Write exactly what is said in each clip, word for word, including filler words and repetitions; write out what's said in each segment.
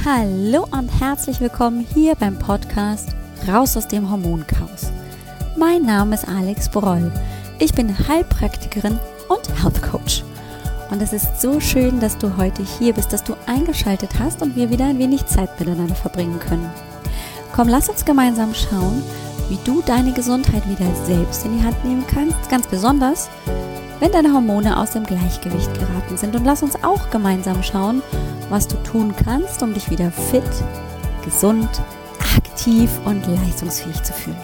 Hallo und herzlich willkommen hier beim Podcast Raus aus dem Hormonchaos. Mein Name ist Alex Broll. Ich bin Heilpraktikerin und Health Coach. Und es ist so schön, dass du heute hier bist, dass du eingeschaltet hast und wir wieder ein wenig Zeit miteinander verbringen können. Komm, lass uns gemeinsam schauen, wie du deine Gesundheit wieder selbst in die Hand nehmen kannst, ganz besonders, wenn deine Hormone aus dem Gleichgewicht geraten sind. Und lass uns auch gemeinsam schauen, was du tun kannst, um dich wieder fit, gesund, aktiv und leistungsfähig zu fühlen.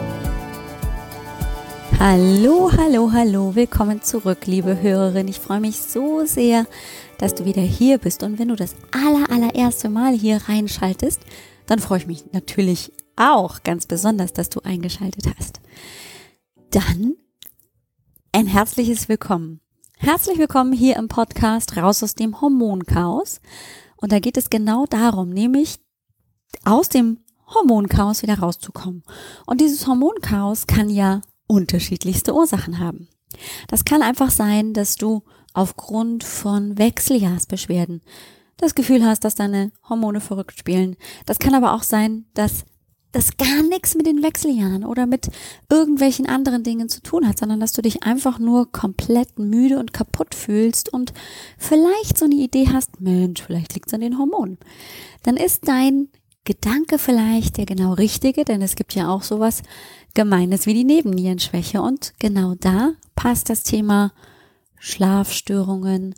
Hallo, hallo, hallo, willkommen zurück, liebe Hörerin. Ich freue mich so sehr, dass du wieder hier bist. Und wenn du das aller, allererste Mal hier reinschaltest, dann freue ich mich natürlich auch ganz besonders, dass du eingeschaltet hast. Dann ein herzliches Willkommen. Herzlich willkommen hier im Podcast Raus aus dem Hormonchaos. Und da geht es genau darum, nämlich aus dem Hormonchaos wieder rauszukommen. Und dieses Hormonchaos kann ja unterschiedlichste Ursachen haben. Das kann einfach sein, dass du aufgrund von Wechseljahrsbeschwerden das Gefühl hast, dass deine Hormone verrückt spielen. Das kann aber auch sein, dass das gar nichts mit den Wechseljahren oder mit irgendwelchen anderen Dingen zu tun hat, sondern dass du dich einfach nur komplett müde und kaputt fühlst und vielleicht so eine Idee hast, Mensch, vielleicht liegt es an den Hormonen. Dann ist dein Gedanke vielleicht der genau richtige, denn es gibt ja auch sowas Gemeines wie die Nebennierenschwäche und genau da passt das Thema Schlafstörungen,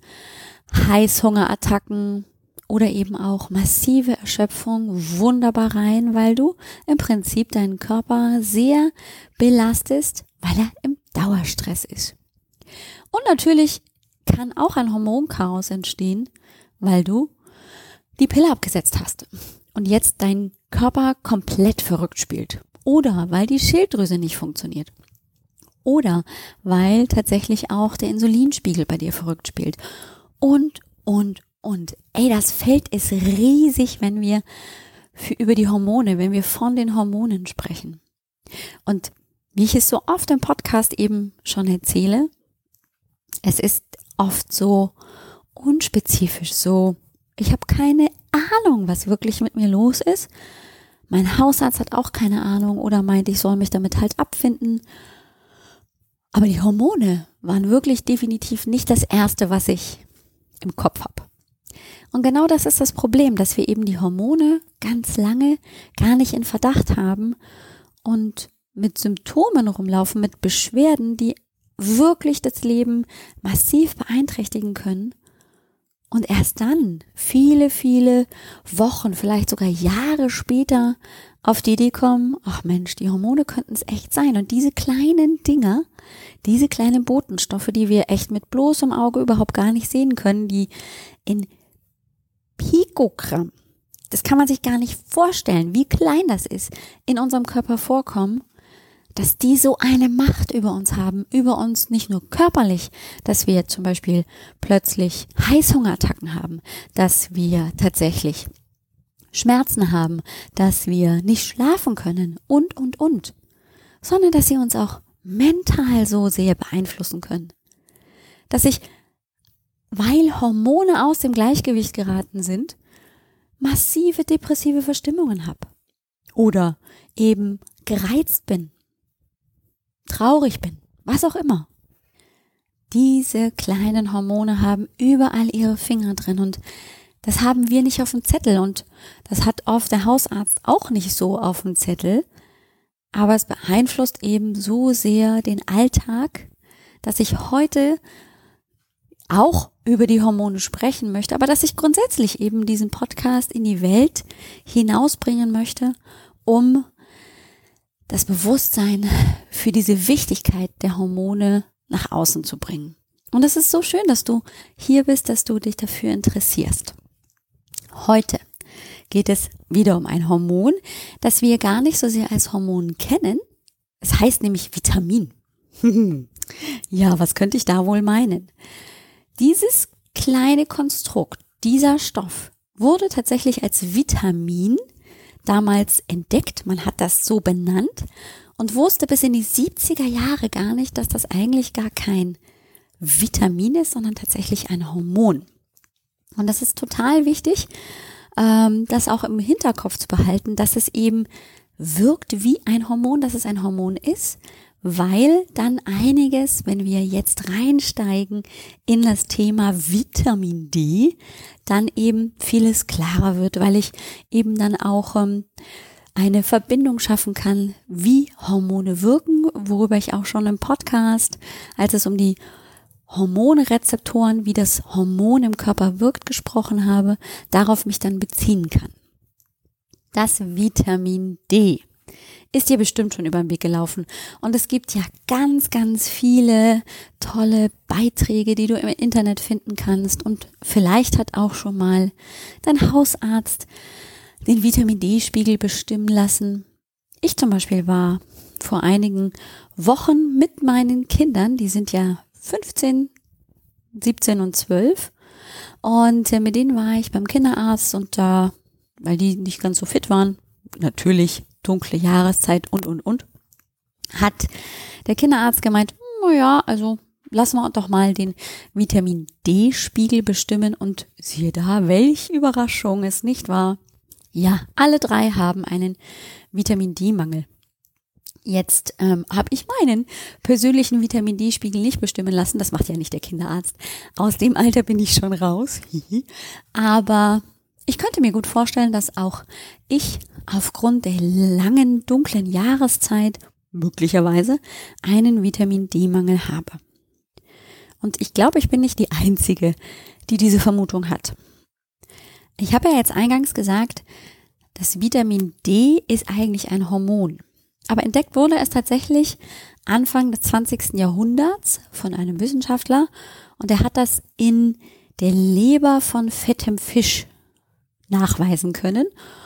Heißhungerattacken oder eben auch massive Erschöpfung wunderbar rein, weil du im Prinzip deinen Körper sehr belastest, weil er im Dauerstress ist. Und natürlich kann auch ein Hormonchaos entstehen, weil du die Pille abgesetzt hast und jetzt dein Körper komplett verrückt spielt. Oder weil die Schilddrüse nicht funktioniert. Oder weil tatsächlich auch der Insulinspiegel bei dir verrückt spielt. Und, und, und. Ey, das Feld ist riesig, wenn wir für, über die Hormone, wenn wir von den Hormonen sprechen. Und wie ich es so oft im Podcast eben schon erzähle, es ist oft so unspezifisch, so, ich habe keine Ahnung, was wirklich mit mir los ist. Mein Hausarzt hat auch keine Ahnung oder meint, ich soll mich damit halt abfinden. Aber die Hormone waren wirklich definitiv nicht das Erste, was ich im Kopf habe. Und genau das ist das Problem, dass wir eben die Hormone ganz lange gar nicht in Verdacht haben und mit Symptomen rumlaufen, mit Beschwerden, die wirklich das Leben massiv beeinträchtigen können. Und erst dann, viele, viele Wochen, vielleicht sogar Jahre später auf die Idee kommen, ach Mensch, die Hormone könnten es echt sein. Und diese kleinen Dinger, diese kleinen Botenstoffe, die wir echt mit bloßem Auge überhaupt gar nicht sehen können, die in Pikogramm, das kann man sich gar nicht vorstellen, wie klein das ist, in unserem Körper vorkommen, dass die so eine Macht über uns haben, über uns nicht nur körperlich, dass wir zum Beispiel plötzlich Heißhungerattacken haben, dass wir tatsächlich Schmerzen haben, dass wir nicht schlafen können und, und, und, sondern dass sie uns auch mental so sehr beeinflussen können. Dass ich, weil Hormone aus dem Gleichgewicht geraten sind, massive depressive Verstimmungen habe oder eben gereizt bin, traurig bin, was auch immer. Diese kleinen Hormone haben überall ihre Finger drin und das haben wir nicht auf dem Zettel und das hat oft der Hausarzt auch nicht so auf dem Zettel, aber es beeinflusst eben so sehr den Alltag, dass ich heute auch über die Hormone sprechen möchte, aber dass ich grundsätzlich eben diesen Podcast in die Welt hinausbringen möchte, um das Bewusstsein für diese Wichtigkeit der Hormone nach außen zu bringen. Und es ist so schön, dass du hier bist, dass du dich dafür interessierst. Heute geht es wieder um ein Hormon, das wir gar nicht so sehr als Hormon kennen. Es heißt nämlich Vitamin. Ja, was könnte ich da wohl meinen? Dieses kleine Konstrukt, dieser Stoff, wurde tatsächlich als Vitamin damals entdeckt. Man hat das so benannt und wusste bis in die siebziger Jahre gar nicht, dass das eigentlich gar kein Vitamin ist, sondern tatsächlich ein Hormon. Und das ist total wichtig, ähm, das auch im Hinterkopf zu behalten, dass es eben wirkt wie ein Hormon, dass es ein Hormon ist, weil dann einiges, wenn wir jetzt reinsteigen in das Thema Vitamin D, dann eben vieles klarer wird, weil ich eben dann auch ähm, eine Verbindung schaffen kann, wie Hormone wirken, worüber ich auch schon im Podcast, als es um die Hormonrezeptoren, wie das Hormon im Körper wirkt, gesprochen habe, darauf mich dann beziehen kann. Das Vitamin D ist dir bestimmt schon über den Weg gelaufen. Und es gibt ja ganz, ganz viele tolle Beiträge, die du im Internet finden kannst. Und vielleicht hat auch schon mal dein Hausarzt den Vitamin D-Spiegel bestimmen lassen. Ich zum Beispiel war vor einigen Wochen mit meinen Kindern, die sind ja fünfzehn, siebzehn und zwölf. Und mit denen war ich beim Kinderarzt und da, weil die nicht ganz so fit waren, natürlich dunkle Jahreszeit und, und, und, hat der Kinderarzt gemeint, naja, also lassen wir doch mal den Vitamin D-Spiegel bestimmen und siehe da, welch Überraschung es nicht war. Ja, alle drei haben einen Vitamin D-Mangel. Jetzt ähm, habe ich meinen persönlichen Vitamin D-Spiegel nicht bestimmen lassen, das macht ja nicht der Kinderarzt. Aus dem Alter bin ich schon raus, aber ich könnte mir gut vorstellen, dass auch ich aufgrund der langen, dunklen Jahreszeit möglicherweise einen Vitamin D-Mangel habe. Und ich glaube, ich bin nicht die Einzige, die diese Vermutung hat. Ich habe ja jetzt eingangs gesagt, das Vitamin D ist eigentlich ein Hormon. Aber entdeckt wurde es tatsächlich Anfang des zwanzigsten Jahrhunderts von einem Wissenschaftler und er hat das in der Leber von fettem Fisch nachweisen können.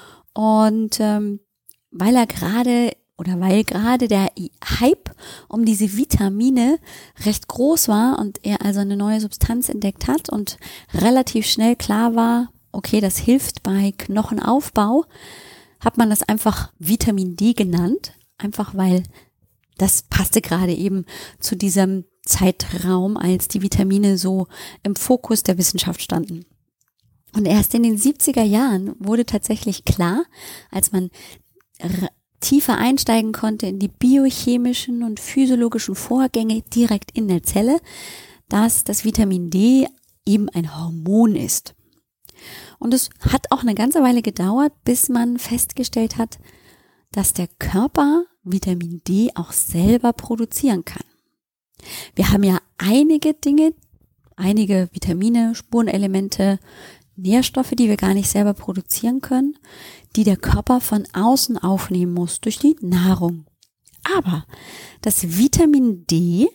Und ähm, weil er gerade oder weil gerade der Hype um diese Vitamine recht groß war und er also eine neue Substanz entdeckt hat und relativ schnell klar war, okay, das hilft bei Knochenaufbau, hat man das einfach Vitamin D genannt, einfach weil das passte gerade eben zu diesem Zeitraum, als die Vitamine so im Fokus der Wissenschaft standen. Und erst in den siebziger Jahren wurde tatsächlich klar, als man r- tiefer einsteigen konnte in die biochemischen und physiologischen Vorgänge direkt in der Zelle, dass das Vitamin D eben ein Hormon ist. Und es hat auch eine ganze Weile gedauert, bis man festgestellt hat, dass der Körper Vitamin D auch selber produzieren kann. Wir haben ja einige Dinge, einige Vitamine, Spurenelemente, Nährstoffe, die wir gar nicht selber produzieren können, die der Körper von außen aufnehmen muss durch die Nahrung. Aber das Vitamin D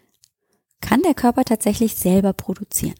kann der Körper tatsächlich selber produzieren.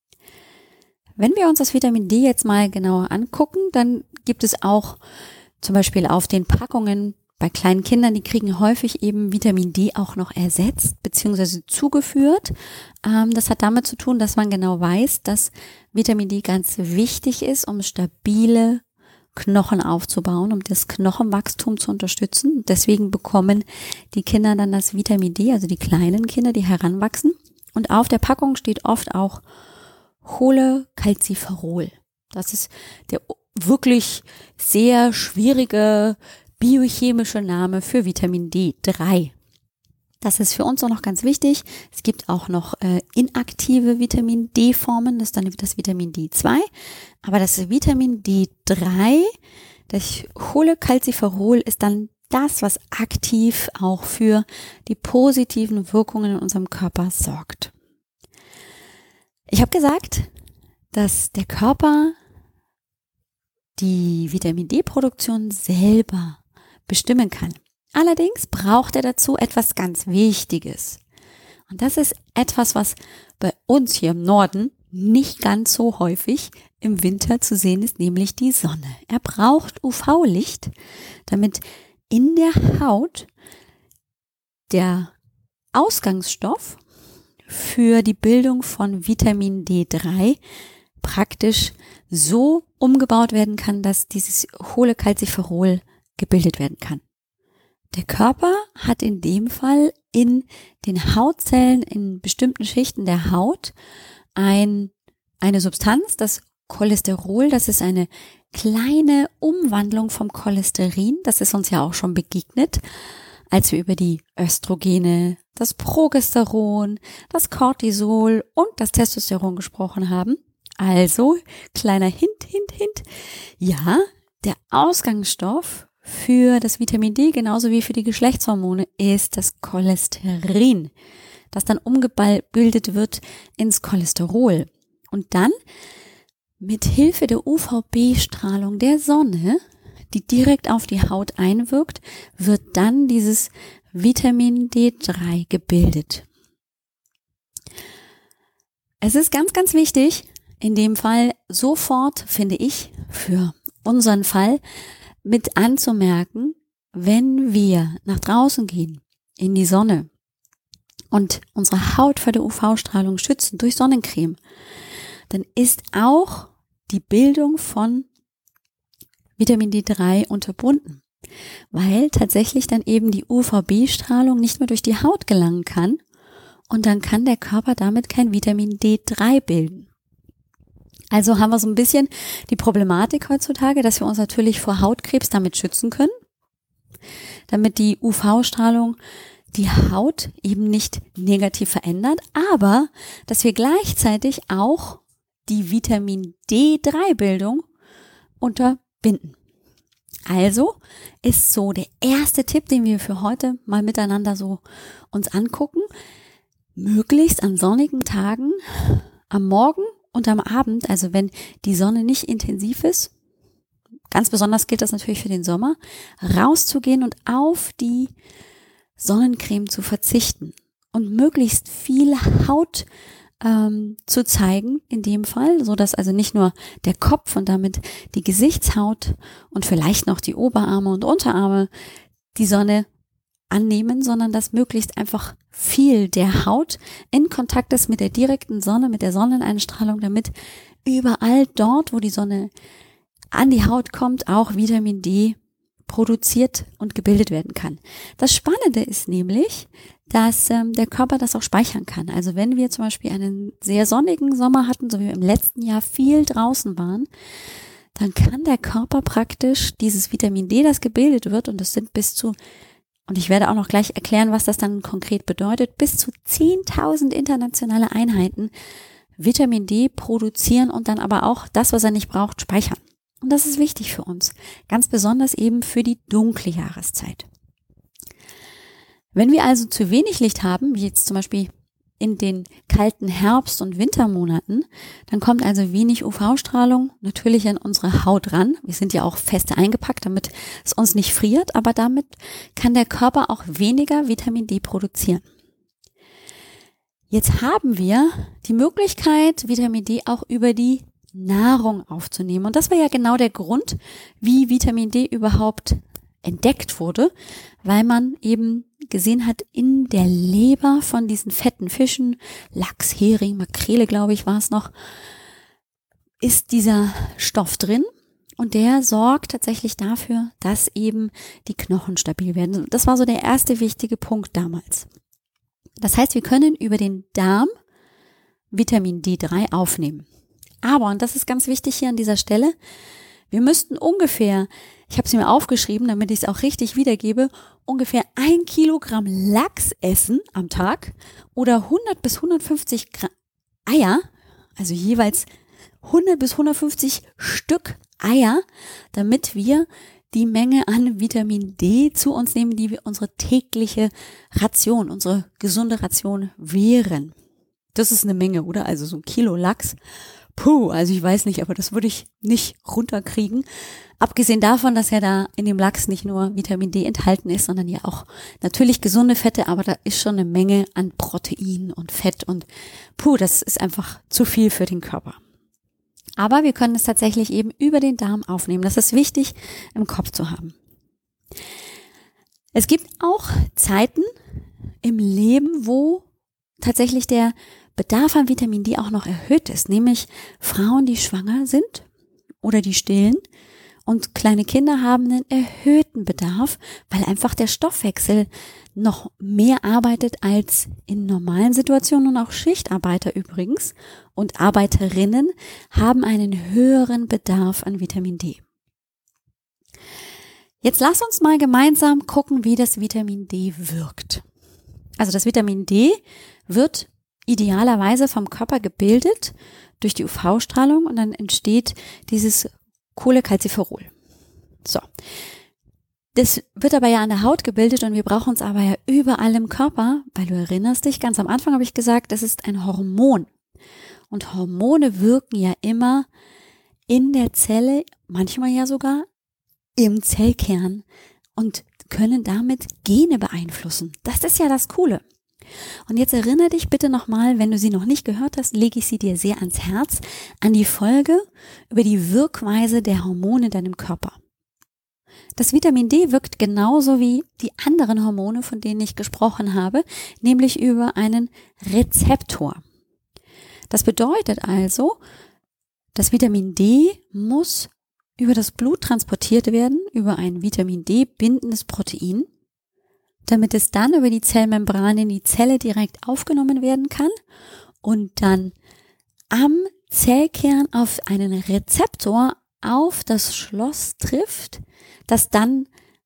Wenn wir uns das Vitamin D jetzt mal genauer angucken, dann gibt es auch zum Beispiel auf den Packungen bei kleinen Kindern, die kriegen häufig eben Vitamin D auch noch ersetzt bzw. zugeführt. Ähm, das hat damit zu tun, dass man genau weiß, dass Vitamin D ganz wichtig ist, um stabile Knochen aufzubauen, um das Knochenwachstum zu unterstützen. Deswegen bekommen die Kinder dann das Vitamin D, also die kleinen Kinder, die heranwachsen. Und auf der Packung steht oft auch Cholecalciferol. Das ist der wirklich sehr schwierige biochemische Name für Vitamin D drei. Das ist für uns auch noch ganz wichtig. Es gibt auch noch äh, inaktive Vitamin D-Formen, das ist dann das Vitamin D zwei. Aber das Vitamin D drei, das Cholecalciferol, ist dann das, was aktiv auch für die positiven Wirkungen in unserem Körper sorgt. Ich habe gesagt, dass der Körper die Vitamin D-Produktion selber bestimmen kann. Allerdings braucht er dazu etwas ganz Wichtiges. Und das ist etwas, was bei uns hier im Norden nicht ganz so häufig im Winter zu sehen ist, nämlich die Sonne. Er braucht U V-Licht, damit in der Haut der Ausgangsstoff für die Bildung von Vitamin D drei praktisch so umgebaut werden kann, dass dieses Cholecalciferol gebildet werden kann. Der Körper hat in dem Fall in den Hautzellen, in bestimmten Schichten der Haut ein, eine Substanz, das Cholesterol, das ist eine kleine Umwandlung vom Cholesterin. Das ist uns ja auch schon begegnet, als wir über die Östrogene, das Progesteron, das Cortisol und das Testosteron gesprochen haben. Also, kleiner Hint, Hint, Hint. Ja, der Ausgangsstoff für das Vitamin D, genauso wie für die Geschlechtshormone, ist das Cholesterin, das dann umgebildet wird ins Cholesterol. Und dann mit Hilfe der U V B-Strahlung der Sonne, die direkt auf die Haut einwirkt, wird dann dieses Vitamin D drei gebildet. Es ist ganz, ganz wichtig, in dem Fall sofort, finde ich, für unseren Fall mit anzumerken, wenn wir nach draußen gehen, in die Sonne und unsere Haut vor der U V-Strahlung schützen durch Sonnencreme, dann ist auch die Bildung von Vitamin D drei unterbunden, weil tatsächlich dann eben die U V B-Strahlung nicht mehr durch die Haut gelangen kann und dann kann der Körper damit kein Vitamin D drei bilden. Also haben wir so ein bisschen die Problematik heutzutage, dass wir uns natürlich vor Hautkrebs damit schützen können, damit die U V-Strahlung die Haut eben nicht negativ verändert, aber dass wir gleichzeitig auch die Vitamin D drei Bildung unterbinden. Also ist so der erste Tipp, den wir für heute mal miteinander so uns angucken, möglichst an sonnigen Tagen, am Morgen und am Abend, also wenn die Sonne nicht intensiv ist, ganz besonders gilt das natürlich für den Sommer, rauszugehen und auf die Sonnencreme zu verzichten und möglichst viel Haut ähm, zu zeigen in dem Fall, so dass also nicht nur der Kopf und damit die Gesichtshaut und vielleicht noch die Oberarme und Unterarme die Sonne annehmen, sondern dass möglichst einfach viel der Haut in Kontakt ist mit der direkten Sonne, mit der Sonneneinstrahlung, damit überall dort, wo die Sonne an die Haut kommt, auch Vitamin D produziert und gebildet werden kann. Das Spannende ist nämlich, dass ähm, der Körper das auch speichern kann. Also wenn wir zum Beispiel einen sehr sonnigen Sommer hatten, so wie wir im letzten Jahr viel draußen waren, dann kann der Körper praktisch dieses Vitamin D, das gebildet wird, und das sind bis zu, und ich werde auch noch gleich erklären, was das dann konkret bedeutet, bis zu zehntausend internationale Einheiten Vitamin D produzieren und dann aber auch das, was er nicht braucht, speichern. Und das ist wichtig für uns, ganz besonders eben für die dunkle Jahreszeit. Wenn wir also zu wenig Licht haben, wie jetzt zum Beispiel in den kalten Herbst- und Wintermonaten, dann kommt also wenig U V-Strahlung natürlich an unsere Haut ran. Wir sind ja auch fest eingepackt, damit es uns nicht friert, aber damit kann der Körper auch weniger Vitamin D produzieren. Jetzt haben wir die Möglichkeit, Vitamin D auch über die Nahrung aufzunehmen. Und das war ja genau der Grund, wie Vitamin D überhaupt entdeckt wurde, weil man eben gesehen hat, in der Leber von diesen fetten Fischen, Lachs, Hering, Makrele, glaube ich, war es noch, ist dieser Stoff drin und der sorgt tatsächlich dafür, dass eben die Knochen stabil werden. Das war so der erste wichtige Punkt damals. Das heißt, wir können über den Darm Vitamin D drei aufnehmen. Aber, und das ist ganz wichtig hier an dieser Stelle, wir müssten ungefähr, ich habe es mir aufgeschrieben, damit ich es auch richtig wiedergebe, ungefähr ein Kilogramm Lachs essen am Tag oder hundert bis hundertfünfzig Gramm Eier, also jeweils hundert bis hundertfünfzig Stück Eier, damit wir die Menge an Vitamin D zu uns nehmen, die wir unsere tägliche Ration, unsere gesunde Ration wären. Das ist eine Menge, oder? Also so ein Kilo Lachs. Puh, also ich weiß nicht, aber das würde ich nicht runterkriegen. Abgesehen davon, dass ja da in dem Lachs nicht nur Vitamin D enthalten ist, sondern ja auch natürlich gesunde Fette, aber da ist schon eine Menge an Protein und Fett und puh, das ist einfach zu viel für den Körper. Aber wir können es tatsächlich eben über den Darm aufnehmen. Das ist wichtig im Kopf zu haben. Es gibt auch Zeiten im Leben, wo tatsächlich der Bedarf an Vitamin D auch noch erhöht ist, nämlich Frauen, die schwanger sind oder die stillen Und kleine Kinder haben einen erhöhten Bedarf, weil einfach der Stoffwechsel noch mehr arbeitet als in normalen Situationen, und auch Schichtarbeiter übrigens und Arbeiterinnen haben einen höheren Bedarf an Vitamin D. Jetzt lass uns mal gemeinsam gucken, wie das Vitamin D wirkt. Also das Vitamin D wird idealerweise vom Körper gebildet durch die U V-Strahlung und dann entsteht dieses Cholecalciferol. So. Das wird aber ja an der Haut gebildet und wir brauchen es aber ja überall im Körper, weil du erinnerst dich, ganz am Anfang habe ich gesagt, es ist ein Hormon. Und Hormone wirken ja immer in der Zelle, manchmal ja sogar im Zellkern und können damit Gene beeinflussen. Das ist ja das Coole. Und jetzt erinnere dich bitte nochmal, wenn du sie noch nicht gehört hast, lege ich sie dir sehr ans Herz, an die Folge über die Wirkweise der Hormone in deinem Körper. Das Vitamin D wirkt genauso wie die anderen Hormone, von denen ich gesprochen habe, nämlich über einen Rezeptor. Das bedeutet also, das Vitamin D muss über das Blut transportiert werden, über ein Vitamin D bindendes Protein, damit es dann über die Zellmembran in die Zelle direkt aufgenommen werden kann und dann am Zellkern auf einen Rezeptor auf das Schloss trifft, das dann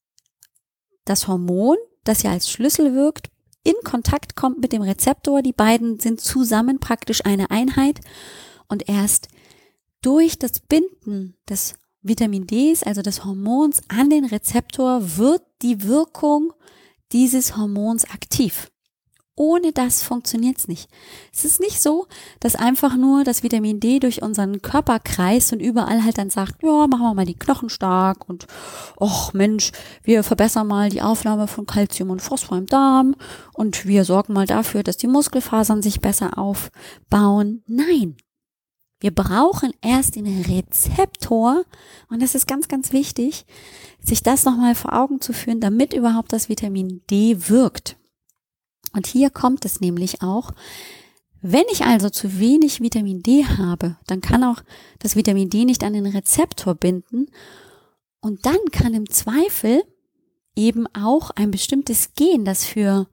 das Hormon, das ja als Schlüssel wirkt, in Kontakt kommt mit dem Rezeptor. Die beiden sind zusammen praktisch eine Einheit und erst durch das Binden des Vitamin Ds, also des Hormons an den Rezeptor, wird die Wirkung dieses Hormons aktiv. Ohne das funktioniert es nicht. Es ist nicht so, dass einfach nur das Vitamin D durch unseren Körper kreist und überall halt dann sagt, ja, machen wir mal die Knochen stark und ach Mensch, wir verbessern mal die Aufnahme von Calcium und Phosphor im Darm und wir sorgen mal dafür, dass die Muskelfasern sich besser aufbauen. Nein. Wir brauchen erst den Rezeptor und das ist ganz, ganz wichtig, sich das nochmal vor Augen zu führen, damit überhaupt das Vitamin D wirkt. Und hier kommt es nämlich auch, wenn ich also zu wenig Vitamin D habe, dann kann auch das Vitamin D nicht an den Rezeptor binden und dann kann im Zweifel eben auch ein bestimmtes Gen, das für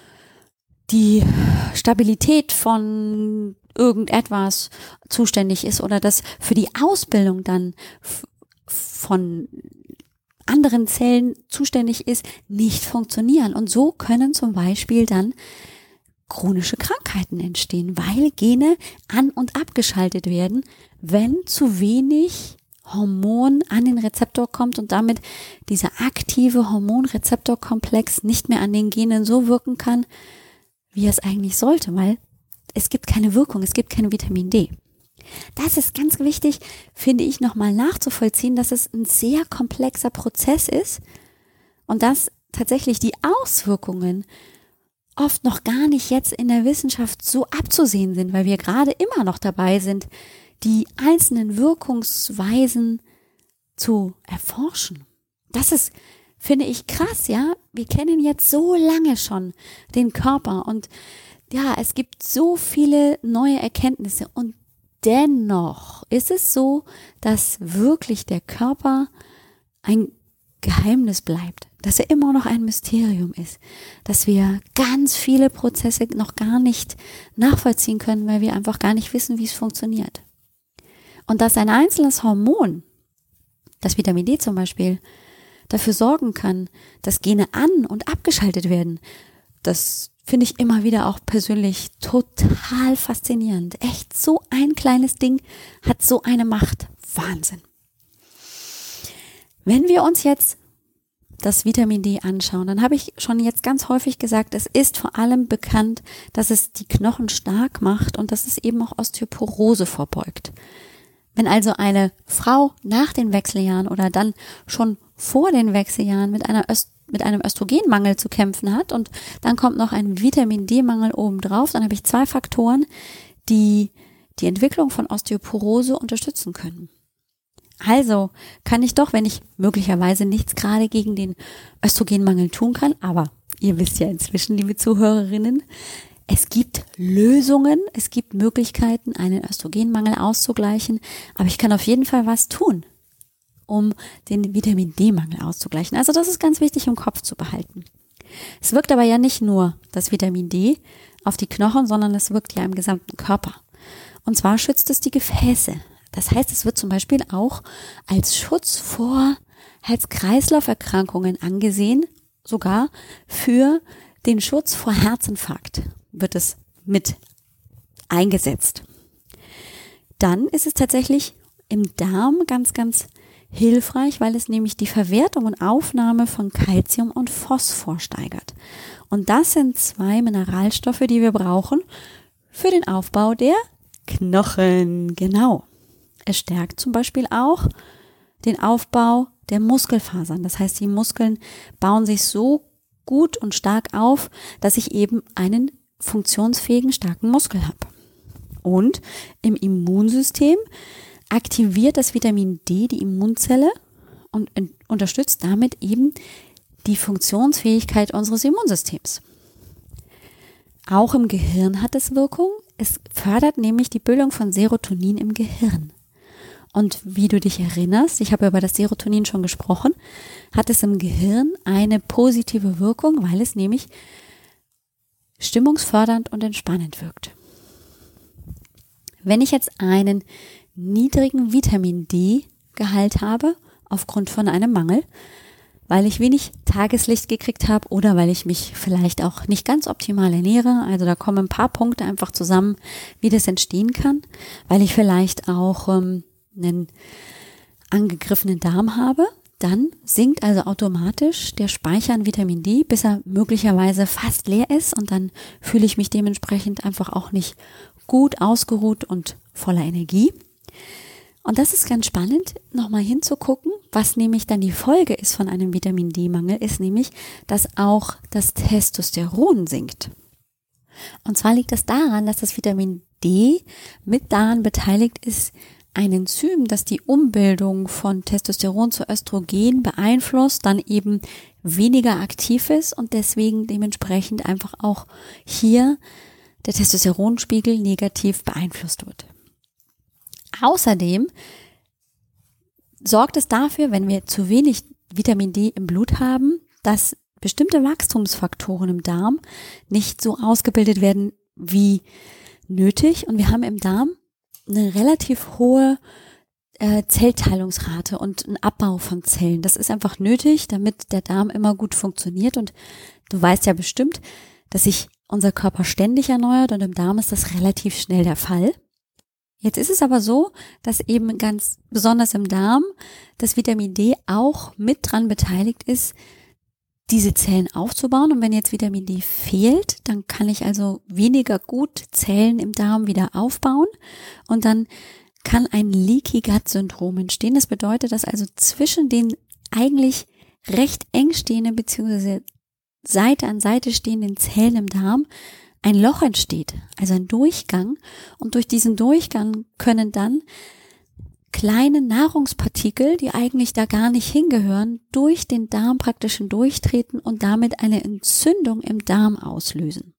die Stabilität von irgendetwas zuständig ist oder das für die Ausbildung dann f- von anderen Zellen zuständig ist, nicht funktionieren. Und so können zum Beispiel dann chronische Krankheiten entstehen, weil Gene an- und abgeschaltet werden, wenn zu wenig Hormon an den Rezeptor kommt und damit dieser aktive Hormonrezeptorkomplex nicht mehr an den Genen so wirken kann, wie es eigentlich sollte, weil es gibt keine Wirkung, es gibt kein Vitamin D. Das ist ganz wichtig, finde ich, nochmal nachzuvollziehen, dass es ein sehr komplexer Prozess ist und dass tatsächlich die Auswirkungen oft noch gar nicht jetzt in der Wissenschaft so abzusehen sind, weil wir gerade immer noch dabei sind, die einzelnen Wirkungsweisen zu erforschen. Das ist, finde ich, krass, ja. Wir kennen jetzt so lange schon den Körper und ja, es gibt so viele neue Erkenntnisse und dennoch ist es so, dass wirklich der Körper ein Geheimnis bleibt, dass er immer noch ein Mysterium ist, dass wir ganz viele Prozesse noch gar nicht nachvollziehen können, weil wir einfach gar nicht wissen, wie es funktioniert. Und dass ein einzelnes Hormon, das Vitamin D zum Beispiel, dafür sorgen kann, dass Gene an- und abgeschaltet werden, das finde ich immer wieder auch persönlich total faszinierend. Echt, so ein kleines Ding hat so eine Macht. Wahnsinn. Wenn wir uns jetzt das Vitamin D anschauen, dann habe ich schon jetzt ganz häufig gesagt, es ist vor allem bekannt, dass es die Knochen stark macht und dass es eben auch Osteoporose vorbeugt. Wenn also eine Frau nach den Wechseljahren oder dann schon vor den Wechseljahren mit einer Öst mit einem Östrogenmangel zu kämpfen hat und dann kommt noch ein Vitamin-D-Mangel obendrauf, dann habe ich zwei Faktoren, die die Entwicklung von Osteoporose unterstützen können. Also kann ich doch, wenn ich möglicherweise nichts gerade gegen den Östrogenmangel tun kann, aber ihr wisst ja inzwischen, liebe Zuhörerinnen, es gibt Lösungen, es gibt Möglichkeiten, einen Östrogenmangel auszugleichen, aber ich kann auf jeden Fall was tun. um den Vitamin D-Mangel auszugleichen. Also das ist ganz wichtig im Kopf zu behalten. Es wirkt aber ja nicht nur das Vitamin D auf die Knochen, sondern es wirkt ja im gesamten Körper. Und zwar schützt es die Gefäße. Das heißt, es wird zum Beispiel auch als Schutz vor Herz-Kreislauf-Erkrankungen angesehen, sogar für den Schutz vor Herzinfarkt wird es mit eingesetzt. Dann ist es tatsächlich im Darm ganz, ganz hilfreich, weil es nämlich die Verwertung und Aufnahme von Calcium und Phosphor steigert. Und das sind zwei Mineralstoffe, die wir brauchen für den Aufbau der Knochen. Genau. Es stärkt zum Beispiel auch den Aufbau der Muskelfasern. Das heißt, die Muskeln bauen sich so gut und stark auf, dass ich eben einen funktionsfähigen, starken Muskel habe. Und im Immunsystem aktiviert das Vitamin D die Immunzelle und unterstützt damit eben die Funktionsfähigkeit unseres Immunsystems. Auch im Gehirn hat es Wirkung. Es fördert nämlich die Bildung von Serotonin im Gehirn. Und wie du dich erinnerst, ich habe über das Serotonin schon gesprochen, hat es im Gehirn eine positive Wirkung, weil es nämlich stimmungsfördernd und entspannend wirkt. Wenn ich jetzt einen niedrigen Vitamin D-Gehalt habe, aufgrund von einem Mangel, weil ich wenig Tageslicht gekriegt habe oder weil ich mich vielleicht auch nicht ganz optimal ernähre, also da kommen ein paar Punkte einfach zusammen, wie das entstehen kann, weil ich vielleicht auch ähm, einen angegriffenen Darm habe, dann sinkt also automatisch der Speicher an Vitamin D, bis er möglicherweise fast leer ist und dann fühle ich mich dementsprechend einfach auch nicht gut ausgeruht und voller Energie. Und das ist ganz spannend, nochmal hinzugucken, was nämlich dann die Folge ist von einem Vitamin D-Mangel, ist nämlich, dass auch das Testosteron sinkt. Und zwar liegt das daran, dass das Vitamin D mit daran beteiligt ist, ein Enzym, das die Umbildung von Testosteron zu Östrogen beeinflusst, dann eben weniger aktiv ist und deswegen dementsprechend einfach auch hier der Testosteronspiegel negativ beeinflusst wird. Außerdem sorgt es dafür, wenn wir zu wenig Vitamin D im Blut haben, dass bestimmte Wachstumsfaktoren im Darm nicht so ausgebildet werden wie nötig und wir haben im Darm eine relativ hohe äh, Zellteilungsrate und einen Abbau von Zellen. Das ist einfach nötig, damit der Darm immer gut funktioniert und du weißt ja bestimmt, dass sich unser Körper ständig erneuert und im Darm ist das relativ schnell der Fall. Jetzt ist es aber so, dass eben ganz besonders im Darm das Vitamin D auch mit dran beteiligt ist, diese Zellen aufzubauen. Und wenn jetzt Vitamin D fehlt, dann kann ich also weniger gut Zellen im Darm wieder aufbauen und dann kann ein Leaky Gut Syndrom entstehen. Das bedeutet, dass also zwischen den eigentlich recht eng stehenden bzw. Seite an Seite stehenden Zellen im Darm ein Loch entsteht, also ein Durchgang. Und durch diesen Durchgang können dann kleine Nahrungspartikel, die eigentlich da gar nicht hingehören, durch den Darm praktisch durchtreten und damit eine Entzündung im Darm auslösen.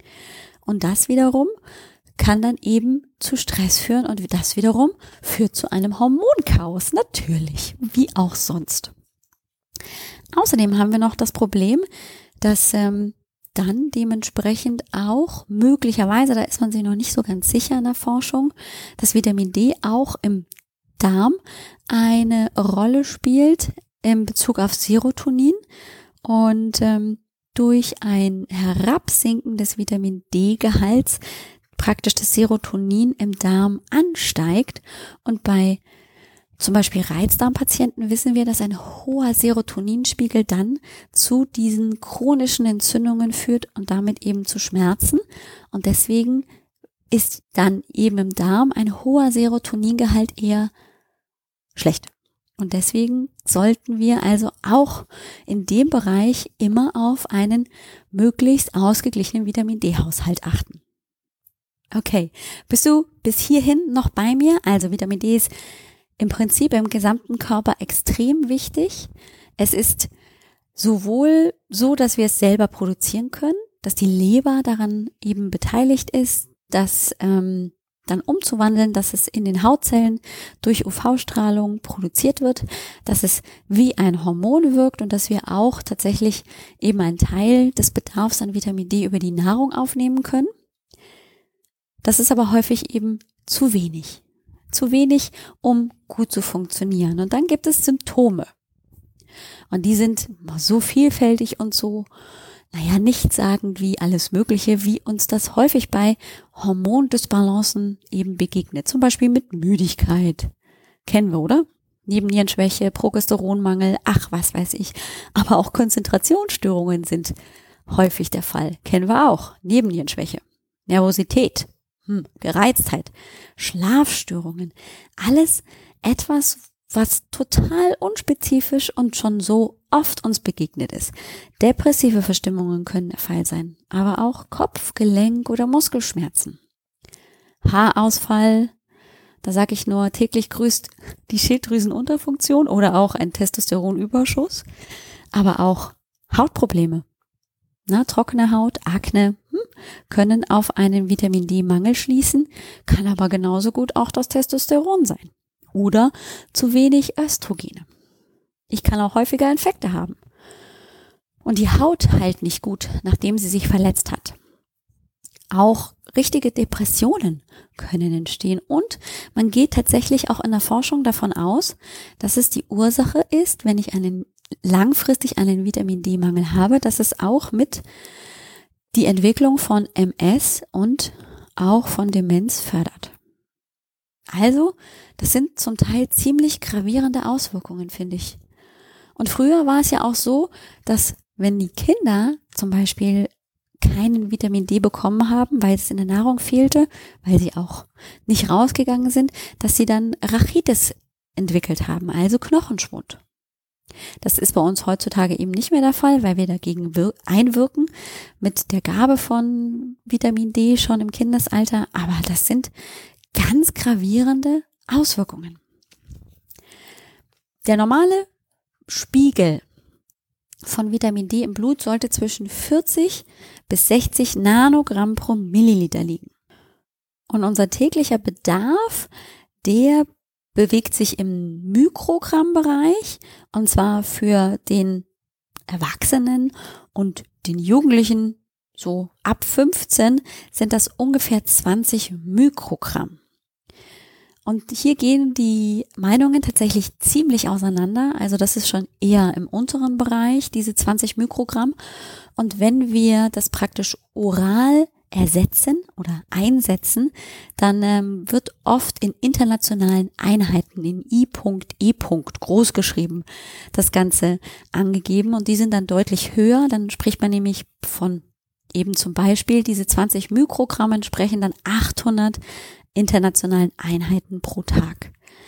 Und das wiederum kann dann eben zu Stress führen und das wiederum führt zu einem Hormonchaos, natürlich, wie auch sonst. Außerdem haben wir noch das Problem, dass ähm, dann dementsprechend auch möglicherweise, da ist man sich noch nicht so ganz sicher in der Forschung, dass Vitamin D auch im Darm eine Rolle spielt in Bezug auf Serotonin und ähm, durch ein Herabsinken des Vitamin D-Gehalts praktisch das Serotonin im Darm ansteigt und bei zum Beispiel Reizdarmpatienten wissen wir, dass ein hoher Serotoninspiegel dann zu diesen chronischen Entzündungen führt und damit eben zu Schmerzen. Und deswegen ist dann eben im Darm ein hoher Serotoningehalt eher schlecht. Und deswegen sollten wir also auch in dem Bereich immer auf einen möglichst ausgeglichenen Vitamin D-Haushalt achten. Okay, bist du bis hierhin noch bei mir? Also Vitamin D ist im Prinzip im gesamten Körper extrem wichtig. Es ist sowohl so, dass wir es selber produzieren können, dass die Leber daran eben beteiligt ist, dass ähm, dann umzuwandeln, dass es in den Hautzellen durch U V-Strahlung produziert wird, dass es wie ein Hormon wirkt und dass wir auch tatsächlich eben einen Teil des Bedarfs an Vitamin D über die Nahrung aufnehmen können. Das ist aber häufig eben zu wenig. Zu wenig, um gut zu funktionieren. Und dann gibt es Symptome. Und die sind so vielfältig und so, naja, nichtssagend wie alles Mögliche, wie uns das häufig bei Hormondysbalancen eben begegnet. Zum Beispiel mit Müdigkeit. Kennen wir, oder? Nebennierenschwäche, Progesteronmangel, ach, was weiß ich. Aber auch Konzentrationsstörungen sind häufig der Fall. Kennen wir auch. Nebennierenschwäche. Nervosität, hm, Gereiztheit, Schlafstörungen. Alles etwas, was total unspezifisch und schon so oft uns begegnet ist. Depressive Verstimmungen können der Fall sein, aber auch Kopf-, Gelenk- oder Muskelschmerzen. Haarausfall, da sage ich nur, täglich grüßt die Schilddrüsenunterfunktion oder auch ein Testosteronüberschuss, aber auch Hautprobleme. Na, trockene Haut, Akne hm, können auf einen Vitamin-D-Mangel schließen, kann aber genauso gut auch das Testosteron sein. Oder zu wenig Östrogene. Ich kann auch häufiger Infekte haben. Und die Haut heilt nicht gut, nachdem sie sich verletzt hat. Auch richtige Depressionen können entstehen. Und man geht tatsächlich auch in der Forschung davon aus, dass es die Ursache ist, wenn ich einen langfristig einen Vitamin-D-Mangel habe, dass es auch mit die Entwicklung von M S und auch von Demenz fördert. Also, das sind zum Teil ziemlich gravierende Auswirkungen, finde ich. Und früher war es ja auch so, dass wenn die Kinder zum Beispiel keinen Vitamin D bekommen haben, weil es in der Nahrung fehlte, weil sie auch nicht rausgegangen sind, dass sie dann Rachitis entwickelt haben, also Knochenschwund. Das ist bei uns heutzutage eben nicht mehr der Fall, weil wir dagegen wir- einwirken mit der Gabe von Vitamin D schon im Kindesalter, aber das sind ganz gravierende Auswirkungen. Der normale Spiegel von Vitamin D im Blut sollte zwischen vierzig bis sechzig Nanogramm pro Milliliter liegen. Und unser täglicher Bedarf, der bewegt sich im Mikrogrammbereich, und zwar für den Erwachsenen und den Jugendlichen, so ab fünfzehn, sind das ungefähr zwanzig Mikrogramm. Und hier gehen die Meinungen tatsächlich ziemlich auseinander. Also das ist schon eher im unteren Bereich, diese zwanzig Mikrogramm. Und wenn wir das praktisch oral ersetzen oder einsetzen, dann ähm, wird oft in internationalen Einheiten, in I E groß geschrieben, das Ganze angegeben. Und die sind dann deutlich höher. Dann spricht man nämlich von eben zum Beispiel, diese zwanzig Mikrogramm entsprechen dann achthundert internationalen Einheiten pro Tag.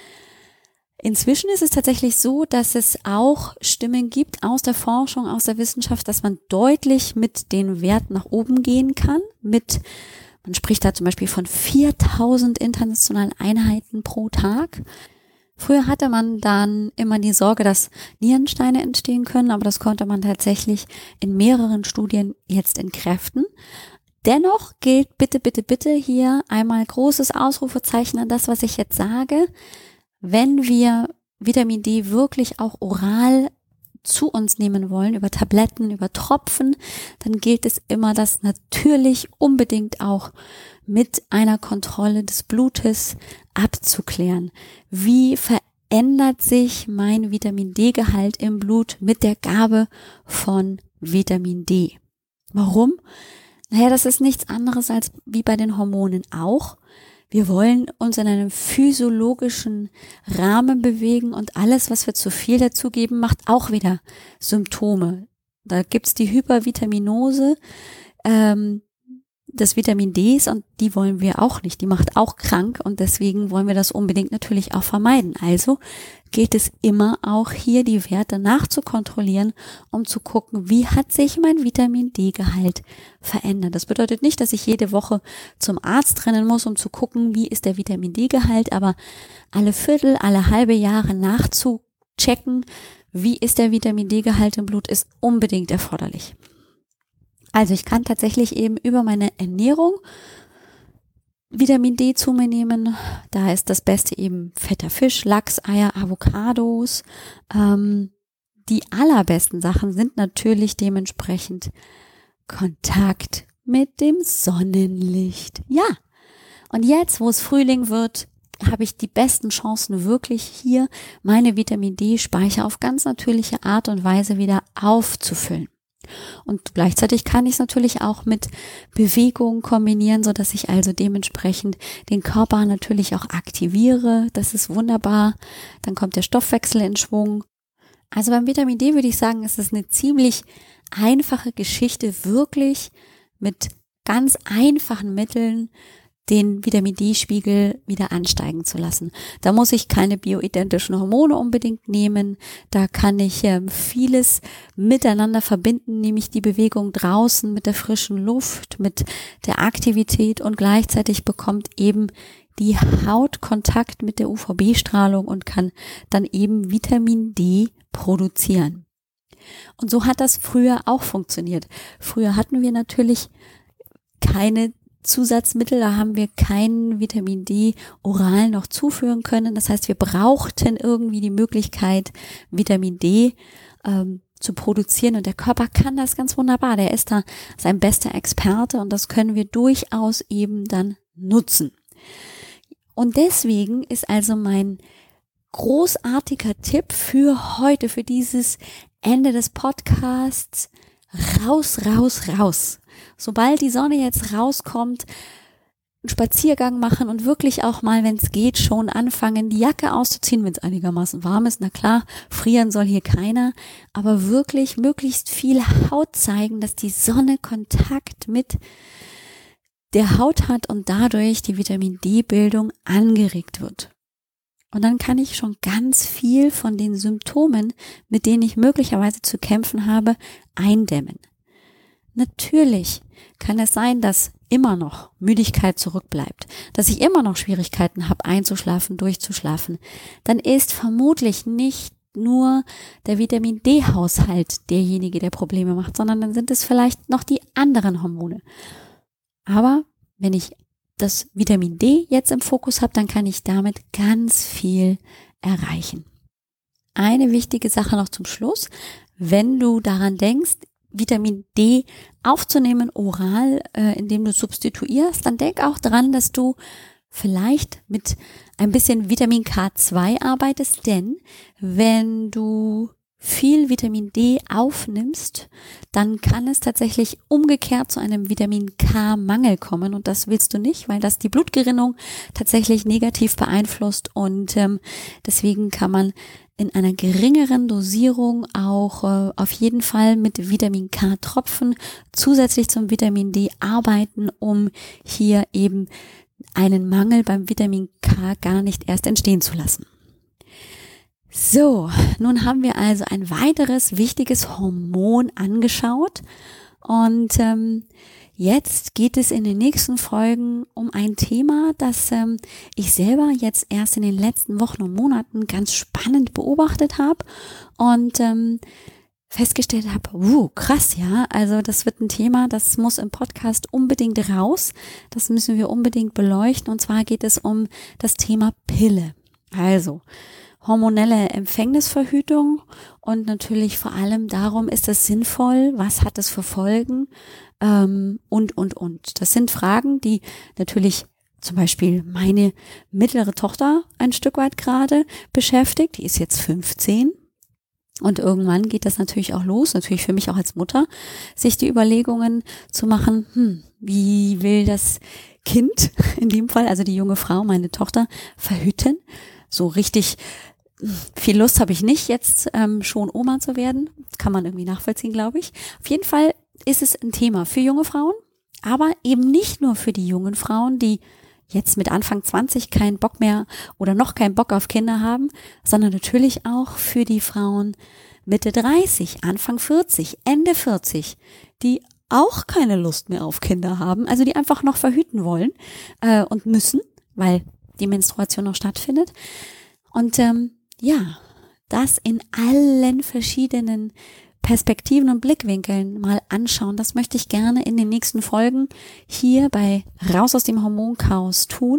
Inzwischen ist es tatsächlich so, dass es auch Stimmen gibt aus der Forschung, aus der Wissenschaft, dass man deutlich mit den Werten nach oben gehen kann. Mit, man spricht da zum Beispiel von viertausend internationalen Einheiten pro Tag. Früher hatte man dann immer die Sorge, dass Nierensteine entstehen können, aber das konnte man tatsächlich in mehreren Studien jetzt entkräften. Dennoch gilt bitte, bitte, bitte hier einmal großes Ausrufezeichen an das, was ich jetzt sage. Wenn wir Vitamin D wirklich auch oral zu uns nehmen wollen, über Tabletten, über Tropfen, dann gilt es immer, das natürlich unbedingt auch mit einer Kontrolle des Blutes abzuklären. Wie verändert sich mein Vitamin D-Gehalt im Blut mit der Gabe von Vitamin D? Warum? Naja, das ist nichts anderes als wie bei den Hormonen auch. Wir wollen uns in einem physiologischen Rahmen bewegen und alles, was wir zu viel dazugeben, macht auch wieder Symptome. Da gibt's die Hypervitaminose ähm, des Vitamin Ds und die wollen wir auch nicht. Die macht auch krank und deswegen wollen wir das unbedingt natürlich auch vermeiden. Also gilt es immer auch hier die Werte nachzukontrollieren, um zu gucken, wie hat sich mein Vitamin D-Gehalt verändert. Das bedeutet nicht, dass ich jede Woche zum Arzt rennen muss, um zu gucken, wie ist der Vitamin D-Gehalt, aber alle Viertel, alle halbe Jahre nachzuchecken, wie ist der Vitamin D-Gehalt im Blut, ist unbedingt erforderlich. Also ich kann tatsächlich eben über meine Ernährung Vitamin D zu mir nehmen. Da ist das Beste eben fetter Fisch, Lachs, Eier, Avocados. Ähm, die allerbesten Sachen sind natürlich dementsprechend Kontakt mit dem Sonnenlicht. Ja, und jetzt, wo es Frühling wird, habe ich die besten Chancen, wirklich hier meine Vitamin D-Speicher auf ganz natürliche Art und Weise wieder aufzufüllen. Und gleichzeitig kann ich es natürlich auch mit Bewegung kombinieren, so dass ich also dementsprechend den Körper natürlich auch aktiviere. Das ist wunderbar. Dann kommt der Stoffwechsel in Schwung. Also beim Vitamin D würde ich sagen, es ist eine ziemlich einfache Geschichte, wirklich mit ganz einfachen Mitteln den Vitamin D-Spiegel wieder ansteigen zu lassen. Da muss ich keine bioidentischen Hormone unbedingt nehmen. Da kann ich ähm, vieles miteinander verbinden, nämlich die Bewegung draußen mit der frischen Luft, mit der Aktivität, und gleichzeitig bekommt eben die Haut Kontakt mit der U V B-Strahlung und kann dann eben Vitamin D produzieren. Und so hat das früher auch funktioniert. Früher hatten wir natürlich keine Zusatzmittel, da haben wir kein Vitamin D oral noch zuführen können. Das heißt, wir brauchten irgendwie die Möglichkeit, Vitamin D ähm, zu produzieren, und der Körper kann das ganz wunderbar. Der ist da sein bester Experte, und das können wir durchaus eben dann nutzen. Und deswegen ist also mein großartiger Tipp für heute, für dieses Ende des Podcasts: raus, raus, raus. Sobald die Sonne jetzt rauskommt, einen Spaziergang machen und wirklich auch mal, wenn es geht, schon anfangen, die Jacke auszuziehen, wenn es einigermaßen warm ist. Na klar, frieren soll hier keiner, aber wirklich möglichst viel Haut zeigen, dass die Sonne Kontakt mit der Haut hat und dadurch die Vitamin D-Bildung angeregt wird. Und dann kann ich schon ganz viel von den Symptomen, mit denen ich möglicherweise zu kämpfen habe, eindämmen. Natürlich kann es sein, dass immer noch Müdigkeit zurückbleibt, dass ich immer noch Schwierigkeiten habe, einzuschlafen, durchzuschlafen. Dann ist vermutlich nicht nur der Vitamin D-Haushalt derjenige, der Probleme macht, sondern dann sind es vielleicht noch die anderen Hormone. Aber wenn ich das Vitamin D jetzt im Fokus habe, dann kann ich damit ganz viel erreichen. Eine wichtige Sache noch zum Schluss: Wenn du daran denkst, Vitamin D aufzunehmen oral, äh, indem du substituierst, dann denk auch dran, dass du vielleicht mit ein bisschen Vitamin K zwei arbeitest, denn wenn du viel Vitamin D aufnimmst, dann kann es tatsächlich umgekehrt zu einem Vitamin K-Mangel kommen, und das willst du nicht, weil das die Blutgerinnung tatsächlich negativ beeinflusst, und ähm, deswegen kann man in einer geringeren Dosierung auch äh, auf jeden Fall mit Vitamin K-Tropfen zusätzlich zum Vitamin D arbeiten, um hier eben einen Mangel beim Vitamin K gar nicht erst entstehen zu lassen. So, nun haben wir also ein weiteres wichtiges Hormon angeschaut, und ähm, jetzt geht es in den nächsten Folgen um ein Thema, das ähm, ich selber jetzt erst in den letzten Wochen und Monaten ganz spannend beobachtet habe und ähm, festgestellt habe, uh, krass, ja, also das wird ein Thema, das muss im Podcast unbedingt raus, das müssen wir unbedingt beleuchten, und zwar geht es um das Thema Pille. Also hormonelle Empfängnisverhütung, und natürlich vor allem darum, ist das sinnvoll, was hat es für Folgen, ähm, und, und, und. Das sind Fragen, die natürlich zum Beispiel meine mittlere Tochter ein Stück weit gerade beschäftigt. Die ist jetzt fünfzehn, und irgendwann geht das natürlich auch los, natürlich für mich auch als Mutter, sich die Überlegungen zu machen, hm, wie will das Kind, in dem Fall, also die junge Frau, meine Tochter, verhüten? So richtig viel Lust habe ich nicht, jetzt ähm, schon Oma zu werden. Das kann man irgendwie nachvollziehen, glaube ich. Auf jeden Fall ist es ein Thema für junge Frauen, aber eben nicht nur für die jungen Frauen, die jetzt mit Anfang zwanzig keinen Bock mehr oder noch keinen Bock auf Kinder haben, sondern natürlich auch für die Frauen Mitte dreißig, Anfang vierzig, Ende vierzig, die auch keine Lust mehr auf Kinder haben, also die einfach noch verhüten wollen äh, und müssen, weil die Menstruation noch stattfindet. Und ähm, ja, das in allen verschiedenen Perspektiven und Blickwinkeln mal anschauen. Das möchte ich gerne in den nächsten Folgen hier bei Raus aus dem Hormonchaos tun,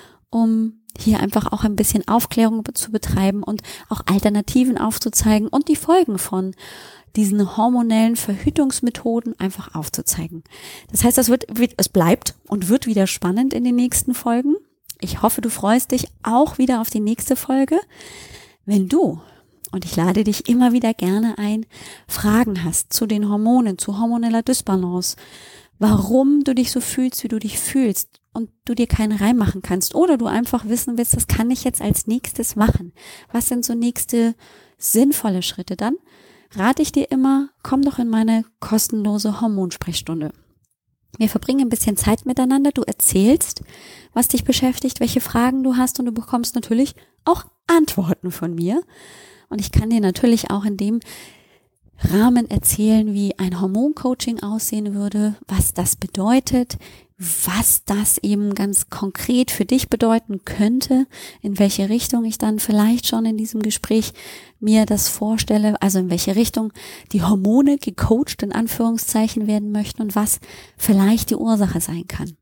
um hier einfach auch ein bisschen Aufklärung zu betreiben und auch Alternativen aufzuzeigen und die Folgen von diesen hormonellen Verhütungsmethoden einfach aufzuzeigen. Das heißt, das wird, wird, es bleibt und wird wieder spannend in den nächsten Folgen. Ich hoffe, du freust dich auch wieder auf die nächste Folge. Wenn du, und ich lade dich immer wieder gerne ein, Fragen hast zu den Hormonen, zu hormoneller Dysbalance, warum du dich so fühlst, wie du dich fühlst und du dir keinen Reim machen kannst oder du einfach wissen willst, was kann ich jetzt als nächstes machen? Was sind so nächste sinnvolle Schritte? Dann rate ich dir immer, komm doch in meine kostenlose Hormonsprechstunde. Wir verbringen ein bisschen Zeit miteinander, du erzählst, was dich beschäftigt, welche Fragen du hast und du bekommst natürlich auch Antworten von mir. Und ich kann dir natürlich auch in dem Rahmen erzählen, wie ein Hormoncoaching aussehen würde, was das bedeutet, was das eben ganz konkret für dich bedeuten könnte, in welche Richtung ich dann vielleicht schon in diesem Gespräch mir das vorstelle, also in welche Richtung die Hormone gecoacht in Anführungszeichen werden möchten und was vielleicht die Ursache sein kann.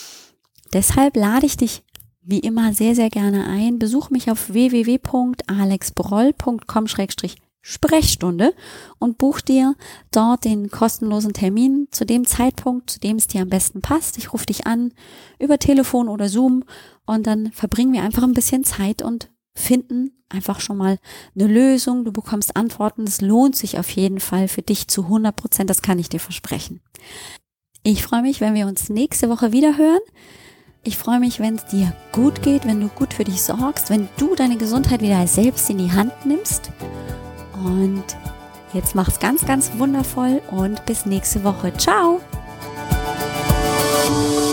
Deshalb lade ich dich wie immer sehr, sehr gerne ein. Besuch mich auf w w w punkt alex broll punkt com Schrägstrich Sprechstunde und buch dir dort den kostenlosen Termin zu dem Zeitpunkt, zu dem es dir am besten passt. Ich rufe dich an über Telefon oder Zoom und dann verbringen wir einfach ein bisschen Zeit und finden einfach schon mal eine Lösung. Du bekommst Antworten. Es lohnt sich auf jeden Fall für dich zu hundert Prozent. Das kann ich dir versprechen. Ich freue mich, wenn wir uns nächste Woche wieder hören. Ich freue mich, wenn es dir gut geht, wenn du gut für dich sorgst, wenn du deine Gesundheit wieder selbst in die Hand nimmst. Und jetzt mach's ganz, ganz wundervoll und bis nächste Woche. Ciao!